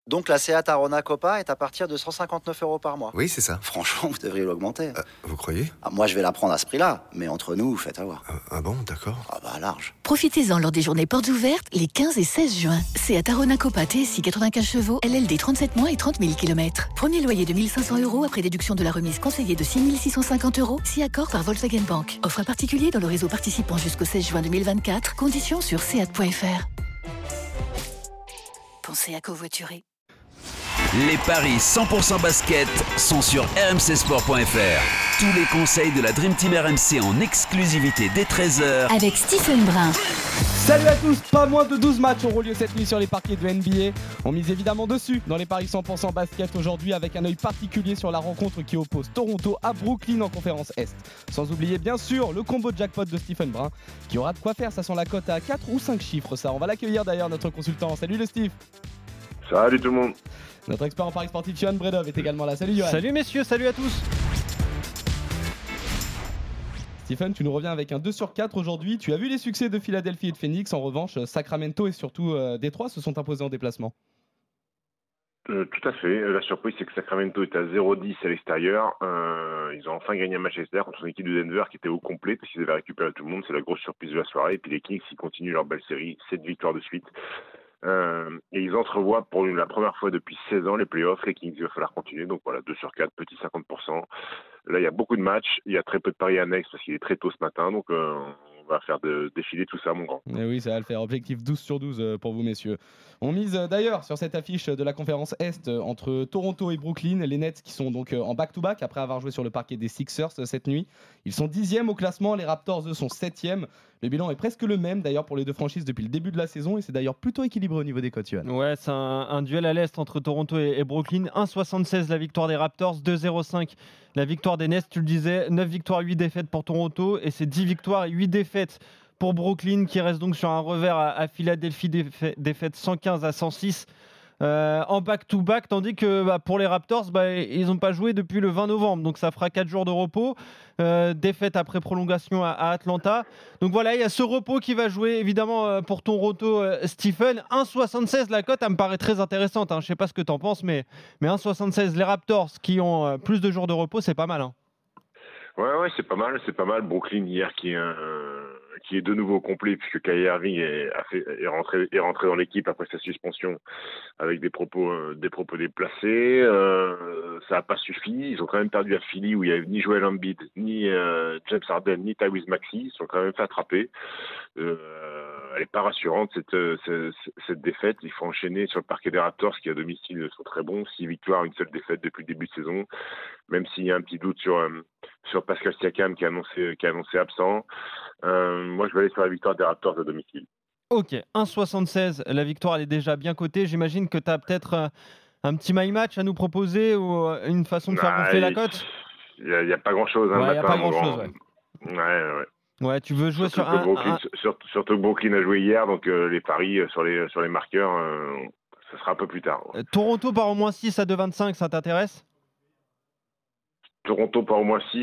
Donc la Seat Arona Copa est à partir de 159 € par mois. Oui, c'est ça. Franchement, vous devriez l'augmenter. Vous croyez ? Moi, je vais la prendre à ce prix-là, mais entre nous, faites avoir. Ah bon, d'accord. Large. Profitez-en lors des journées portes ouvertes les 15 et 16 juin. Seat Arona Copa TSI 95 chevaux, LLD 37 mois et 30 000 km. Premier loyer de 1 500 € après déduction de la remise conseillée de 6 650 €, si accord par Volkswagen Bank. Offre à particulier dans le réseau participant jusqu'au 16 juin 2024. Conditions sur seat.fr. Pensez à covoiturer. Les paris 100% basket sont sur rmcsport.fr. Tous les conseils de la Dream Team RMC en exclusivité dès 13h avec Stephen Brun. Salut à tous, pas moins de 12 matchs auront lieu cette nuit sur les parquets de NBA. On mise évidemment dessus dans les paris 100% basket aujourd'hui avec un œil particulier sur la rencontre qui oppose Toronto à Brooklyn en conférence Est. Sans oublier bien sûr le combo de jackpot de Stephen Brun qui aura de quoi faire, ça sent la cote à 4 ou 5 chiffres ça. On va l'accueillir d'ailleurs notre consultant. Salut le Steve. Salut tout le monde. Notre expert en paris sportif Johan Bredov est également là. Salut Johan. Salut messieurs, salut à tous. Stephen, tu nous reviens avec un 2 sur 4 aujourd'hui. Tu as vu les succès de Philadelphie et de Phoenix. En revanche, Sacramento et surtout Détroit se sont imposés en déplacement. Tout à fait. La surprise, c'est que Sacramento est à 0-10 à l'extérieur. Ils ont enfin gagné un match à l'extérieur contre une équipe de Denver qui était au complet parce qu'ils avaient récupéré tout le monde. C'est la grosse surprise de la soirée. Et puis les Kings, ils continuent leur belle série. 7 victoires de suite. Et ils entrevoient pour la première fois depuis 16 ans les playoffs. Les Kings, il va falloir continuer. Donc voilà, 2 sur 4, petit 50%. Là, il y a beaucoup de matchs. Il y a très peu de paris annexes parce qu'il est très tôt ce matin. Donc on va faire défiler tout ça, mon grand. Et oui, ça va le faire. Objectif 12 sur 12 pour vous, messieurs. On mise d'ailleurs sur cette affiche de la conférence Est entre Toronto et Brooklyn. Les Nets qui sont donc en back-to-back après avoir joué sur le parquet des Sixers cette nuit. Ils sont 10e au classement. Les Raptors, eux, sont 7e. Le bilan est presque le même d'ailleurs pour les deux franchises depuis le début de la saison. Et c'est d'ailleurs plutôt équilibré au niveau des cotes, Johan. Ouais, c'est un duel à l'Est entre Toronto et Brooklyn. 1,76 la victoire des Raptors, 2,05 la victoire des Nets. Tu le disais, 9 victoires, 8 défaites pour Toronto. Et c'est 10 victoires et 8 défaites pour Brooklyn qui reste donc sur un revers à Philadelphie, défaite 115 à 106 en back-to-back, tandis que pour les Raptors, ils n'ont pas joué depuis le 20 novembre, donc ça fera 4 jours de repos, défaite après prolongation à Atlanta. Donc voilà, il y a ce repos qui va jouer évidemment pour Toronto, Stephen. 1,76 la cote, elle me paraît très intéressante, je ne sais pas ce que tu en penses, mais 1,76 les Raptors qui ont plus de jours de repos, c'est pas mal. Ouais, c'est pas mal. Brooklyn hier qui est de nouveau complet puisque Kyrie Irving est rentré dans l'équipe après sa suspension avec des propos déplacés. Ça n'a pas suffi. Ils ont quand même perdu à Philly où il n'y avait ni Joel Embiid, ni James Harden, ni Tyrese Maxey. Ils sont quand même fait attraper. Elle n'est pas rassurante cette défaite. Il faut enchaîner sur le parquet des Raptors qui à domicile sont très bons. 6 victoires, une seule défaite depuis le début de saison. Même s'il y a un petit doute sur Pascal Siakam qui a annoncé absent. Moi, je vais aller sur la victoire des Raptors à domicile. Ok, 1,76, la victoire elle est déjà bien cotée. J'imagine que tu as peut-être un petit my match à nous proposer ou une façon de faire gonfler la cote. Il n'y a pas grand-chose. Il n'y a pas grand-chose, ouais. Ouais, tu veux jouer surtout que Brooklyn a joué hier, donc les paris sur les marqueurs, ça sera un peu plus tard. Toronto par au moins 6 à 2,25, ça t'intéresse ? Toronto par au moins 6,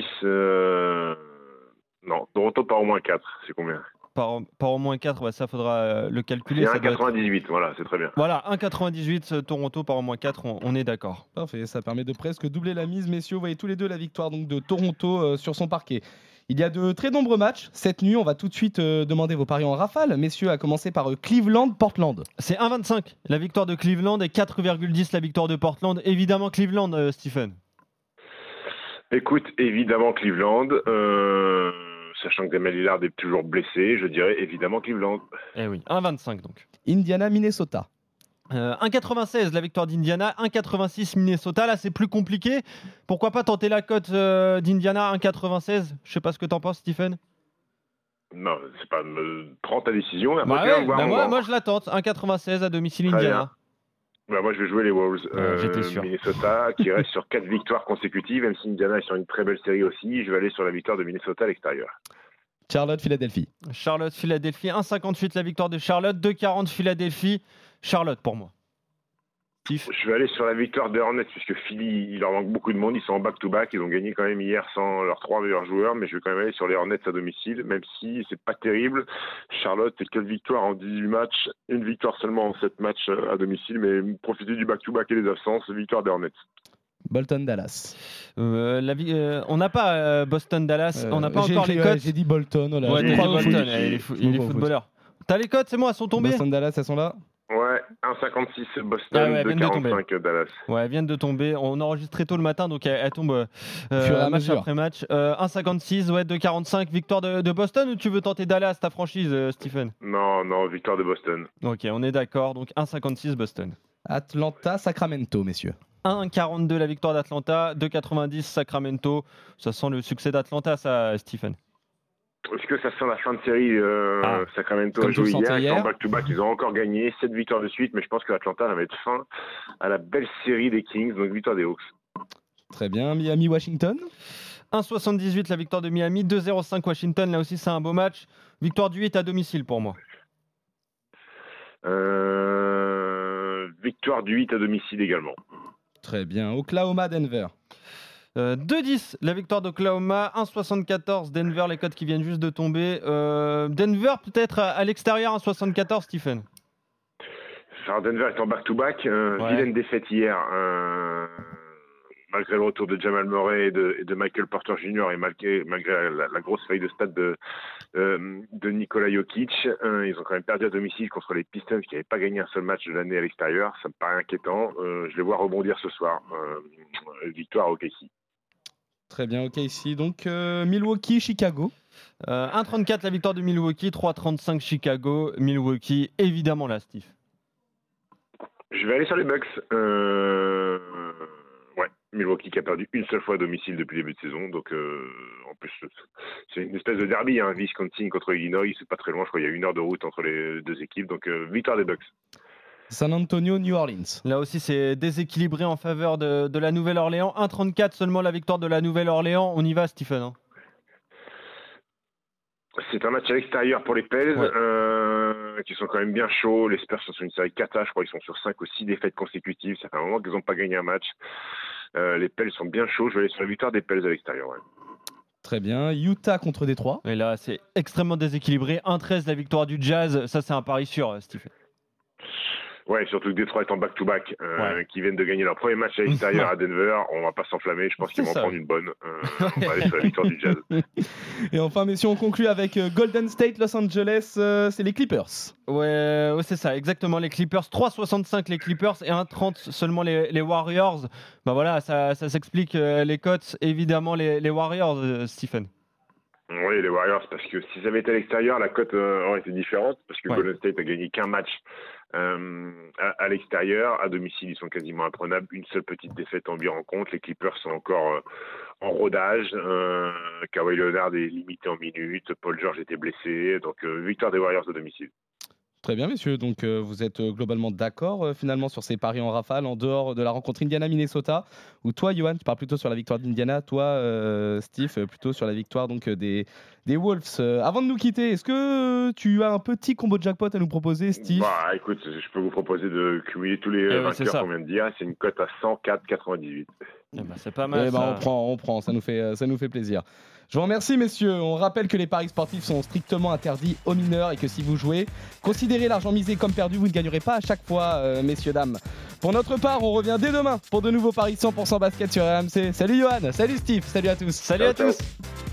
non, Toronto par au moins 4, c'est combien ? Par au moins 4, ça faudra le calculer. C'est 1,98, voilà, c'est très bien. Voilà, 1,98 Toronto par au moins 4, on est d'accord. Parfait, ça permet de presque doubler la mise, messieurs. Vous voyez tous les deux la victoire donc, de Toronto sur son parquet. Il y a de très nombreux matchs cette nuit. On va tout de suite demander vos paris en rafale. Messieurs, à commencer par Cleveland-Portland. C'est 1,25 la victoire de Cleveland et 4,10 la victoire de Portland. Évidemment Cleveland, Stephen. Écoute, évidemment Cleveland. Sachant que Damian Lillard est toujours blessé, je dirais évidemment Cleveland. Eh oui, 1,25 donc. Indiana-Minnesota. 1,96 la victoire d'Indiana, 1,86 Minnesota. Là, c'est plus compliqué. Pourquoi pas tenter la cote d'Indiana 1,96 ? Je sais pas ce que t'en penses, Stephen. Non, c'est pas. Prends ta décision. Moi, je la tente. 1,96 à domicile Indiana. Moi, je vais jouer les Wolves. J'étais sûr. Minnesota, qui reste sur 4 victoires consécutives, même si Indiana est sur une très belle série aussi. Je vais aller sur la victoire de Minnesota à l'extérieur. Charlotte-Philadelphie. Charlotte-Philadelphie, 1,58 la victoire de Charlotte, 2,40 Philadelphie. Charlotte pour moi. Steve? Je vais aller sur la victoire des Hornets, puisque Philly, il leur manque beaucoup de monde. Ils sont en back-to-back. Ils ont gagné quand même hier sans leurs 3 meilleurs joueurs. Mais je vais quand même aller sur les Hornets à domicile, même si c'est pas terrible. Charlotte, c'est 4 victoires en 18 matchs. Une victoire seulement en 7 matchs à domicile. Mais profiter du back-to-back et des absences. Victoire des Hornets. Bolton-Dallas. On n'a pas Boston-Dallas. On n'a pas encore les cotes. J'ai dit Bolton. Oh là, Ouais, j'ai t'as dit crois au Bolton. foot. Il est footballeur. T'as les cotes, c'est bon, elles sont tombées. Boston-Dallas, elles sont là. Ouais, 1,56 Boston, Ah ouais, elles viennent de 2,45 Dallas. Ouais, elles viennent de tomber. On enregistre très tôt le matin, donc elles tombent Fur et à match mesure. après match. 1,56, ouais, 2,45. Victoire de Boston, ou tu veux tenter Dallas, ta franchise, Stephen? Non, victoire de Boston. Ok, on est d'accord. Donc 1,56 Boston. Atlanta-Sacramento, messieurs. 1,42 la victoire d'Atlanta, 2,90 Sacramento. Ça sent le succès d'Atlanta, ça, Stephen. Est-ce que ça sent la fin de série Sacramento Comme a tu le joué sentais hier, hier. en back-to-back, ils ont encore gagné 7 victoires de suite, mais je pense que Atlanta va mettre fin à la belle série des Kings, donc victoire des Hawks. Très bien. Miami-Washington. 1,78 la victoire de Miami, 2,05 Washington. Là aussi, c'est un beau match. Victoire du 8 à domicile pour moi. Victoire du 8 à domicile également. Très bien. Oklahoma-Denver. 2,10 la victoire d'Oklahoma, 1,74 Denver, les cotes qui viennent juste de tomber. Denver peut-être à l'extérieur, 1,74 Stephen. Alors Denver est en back-to-back, vilaine défaite hier, malgré le retour de Jamal Murray et de Michael Porter Jr. et malgré la grosse feuille de stade de Nikola Jokic. Ils ont quand même perdu à domicile contre les Pistons qui n'avaient pas gagné un seul match de l'année à l'extérieur. Ça me paraît inquiétant. Je les vois rebondir ce soir. Victoire au KC. Très bien, ok, ici. Donc, Milwaukee-Chicago. 1,34 la victoire de Milwaukee, 3,35 Chicago. Milwaukee, évidemment là, Steve. Je vais aller sur les Bucks. Ouais, Milwaukee qui a perdu une seule fois à domicile depuis le début de saison. Donc, en plus, c'est une espèce de derby, hein, Wisconsin contre Illinois. C'est pas très loin, je crois qu'il y a 1 heure de route entre les deux équipes. Donc, victoire des Bucks. San Antonio-New Orleans. Là aussi, c'est déséquilibré en faveur de la Nouvelle-Orléans. 1,34 seulement la victoire de la Nouvelle-Orléans. On y va, Stephen, hein. C'est un match à l'extérieur pour les Pels, qui sont quand même bien chauds. Les Spurs sont sur une série kata, je crois qu'ils sont sur 5 ou 6 défaites consécutives. Ça fait un moment qu'ils n'ont pas gagné un match. Les Pels sont bien chauds. Je vais aller sur la victoire des Pels à l'extérieur. Ouais. Très bien. Utah contre Détroit. Et là, c'est extrêmement déséquilibré. 1,13 la victoire du Jazz. Ça, c'est un pari sûr, Stephen. Ouais, surtout que Détroit est en back-to-back, qui viennent de gagner leur premier match à l'extérieur à Denver. On va pas s'enflammer, je pense qu'ils vont prendre une bonne. On va aller sur la victoire du Jazz. Et enfin, messieurs, on conclut avec Golden State, Los Angeles, c'est les Clippers. Ouais, c'est ça, exactement. Les Clippers, 3,65 les Clippers et 1,30 seulement les Warriors. Bah voilà, ça s'explique les cotes, évidemment les Warriors, Stephen. Oui, les Warriors, parce que si ça avait été à l'extérieur, la cote aurait été différente, parce que Golden State a gagné qu'un match à l'extérieur. À domicile, ils sont quasiment imprenables. Une seule petite défaite en 8 rencontres. Les Clippers sont encore en rodage. Kawhi Leonard est limité en minutes. Paul George était blessé. Donc, victoire des Warriors à domicile. Très bien, messieurs. Donc, vous êtes globalement d'accord finalement sur ces paris en rafale, en dehors de la rencontre Indiana-Minnesota, où toi, Johan, tu parles plutôt sur la victoire d'Indiana, toi, Steve, plutôt sur la victoire donc, des Wolves. Avant de nous quitter, est-ce que tu as un petit combo de jackpot à nous proposer, Steve ? Bah, écoute, je peux vous proposer de cumuler tous les vainqueurs qu'on vient de dire. C'est une cote à 104,98. C'est pas mal. On prend, ça nous fait plaisir. Je vous remercie, messieurs. On rappelle que les paris sportifs sont strictement interdits aux mineurs et que si vous jouez, considérez l'argent misé comme perdu. Vous ne gagnerez pas à chaque fois, messieurs, dames. Pour notre part, on revient dès demain pour de nouveaux paris 100% basket sur RMC. Salut Johan, salut Steve, salut à tous. Salut à tous.